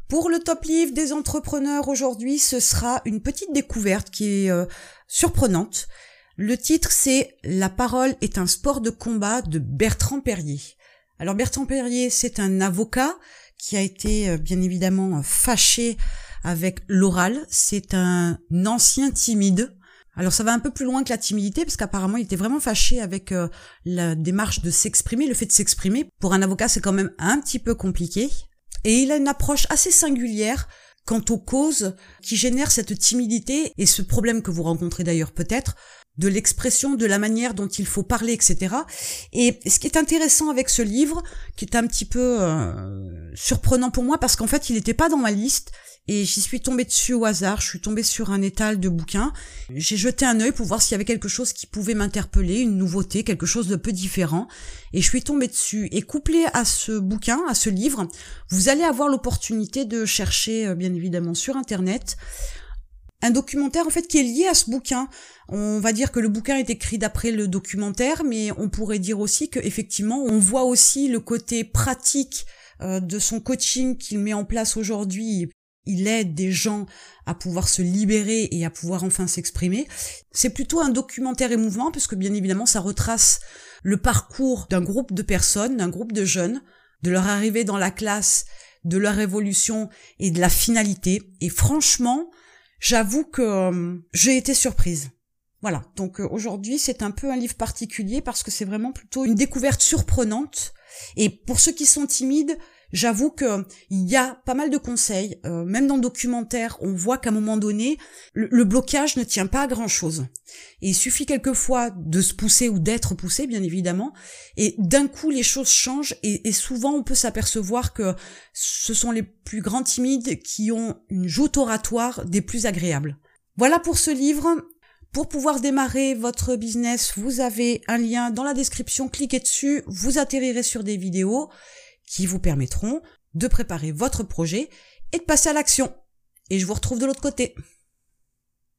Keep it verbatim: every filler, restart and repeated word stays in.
Pour le top livre des entrepreneurs aujourd'hui, ce sera une petite découverte qui est euh, surprenante. Le titre, c'est « La parole est un sport de combat » de Bertrand Perrier. Alors Bertrand Perrier, c'est un avocat qui a été euh, bien évidemment fâché avec l'oral. C'est un ancien timide. Alors ça va un peu plus loin que la timidité, parce qu'apparemment il était vraiment fâché avec euh, la démarche de s'exprimer, le fait de s'exprimer. Pour un avocat, c'est quand même un petit peu compliqué. Et il a une approche assez singulière quant aux causes qui génèrent cette timidité et ce problème que vous rencontrez d'ailleurs peut-être, de l'expression, de la manière dont il faut parler, et cetera. Et ce qui est intéressant avec ce livre, qui est un petit peu euh, surprenant pour moi, parce qu'en fait il n'était pas dans ma liste, et j'y suis tombée dessus au hasard, je suis tombée sur un étal de bouquins, j'ai jeté un œil pour voir s'il y avait quelque chose qui pouvait m'interpeller, une nouveauté, quelque chose de peu différent, et je suis tombée dessus. Et couplé à ce bouquin, à ce livre, vous allez avoir l'opportunité de chercher, bien évidemment, sur Internet, un documentaire en fait qui est lié à ce bouquin. On va dire que le bouquin est écrit d'après le documentaire, mais on pourrait dire aussi que effectivement on voit aussi le côté pratique euh, de son coaching qu'il met en place aujourd'hui. Il aide des gens à pouvoir se libérer et à pouvoir enfin s'exprimer. C'est plutôt un documentaire émouvant parce que bien évidemment ça retrace le parcours d'un groupe de personnes, d'un groupe de jeunes, de leur arrivée dans la classe, de leur évolution et de la finalité. Et franchement, j'avoue que euh, j'ai été surprise. Voilà, donc euh, aujourd'hui c'est un peu un livre particulier parce que c'est vraiment plutôt une découverte surprenante. Et pour ceux qui sont timides, j'avoue que il y a pas mal de conseils, euh, même dans le documentaire, on voit qu'à un moment donné, le, le blocage ne tient pas à grand chose. Et il suffit quelquefois de se pousser ou d'être poussé, bien évidemment, et d'un coup les choses changent et, et souvent on peut s'apercevoir que ce sont les plus grands timides qui ont une joute oratoire des plus agréables. Voilà pour ce livre. Pour pouvoir démarrer votre business, vous avez un lien dans la description, cliquez dessus, vous atterrirez sur des vidéos qui vous permettront de préparer votre projet et de passer à l'action. Et je vous retrouve de l'autre côté.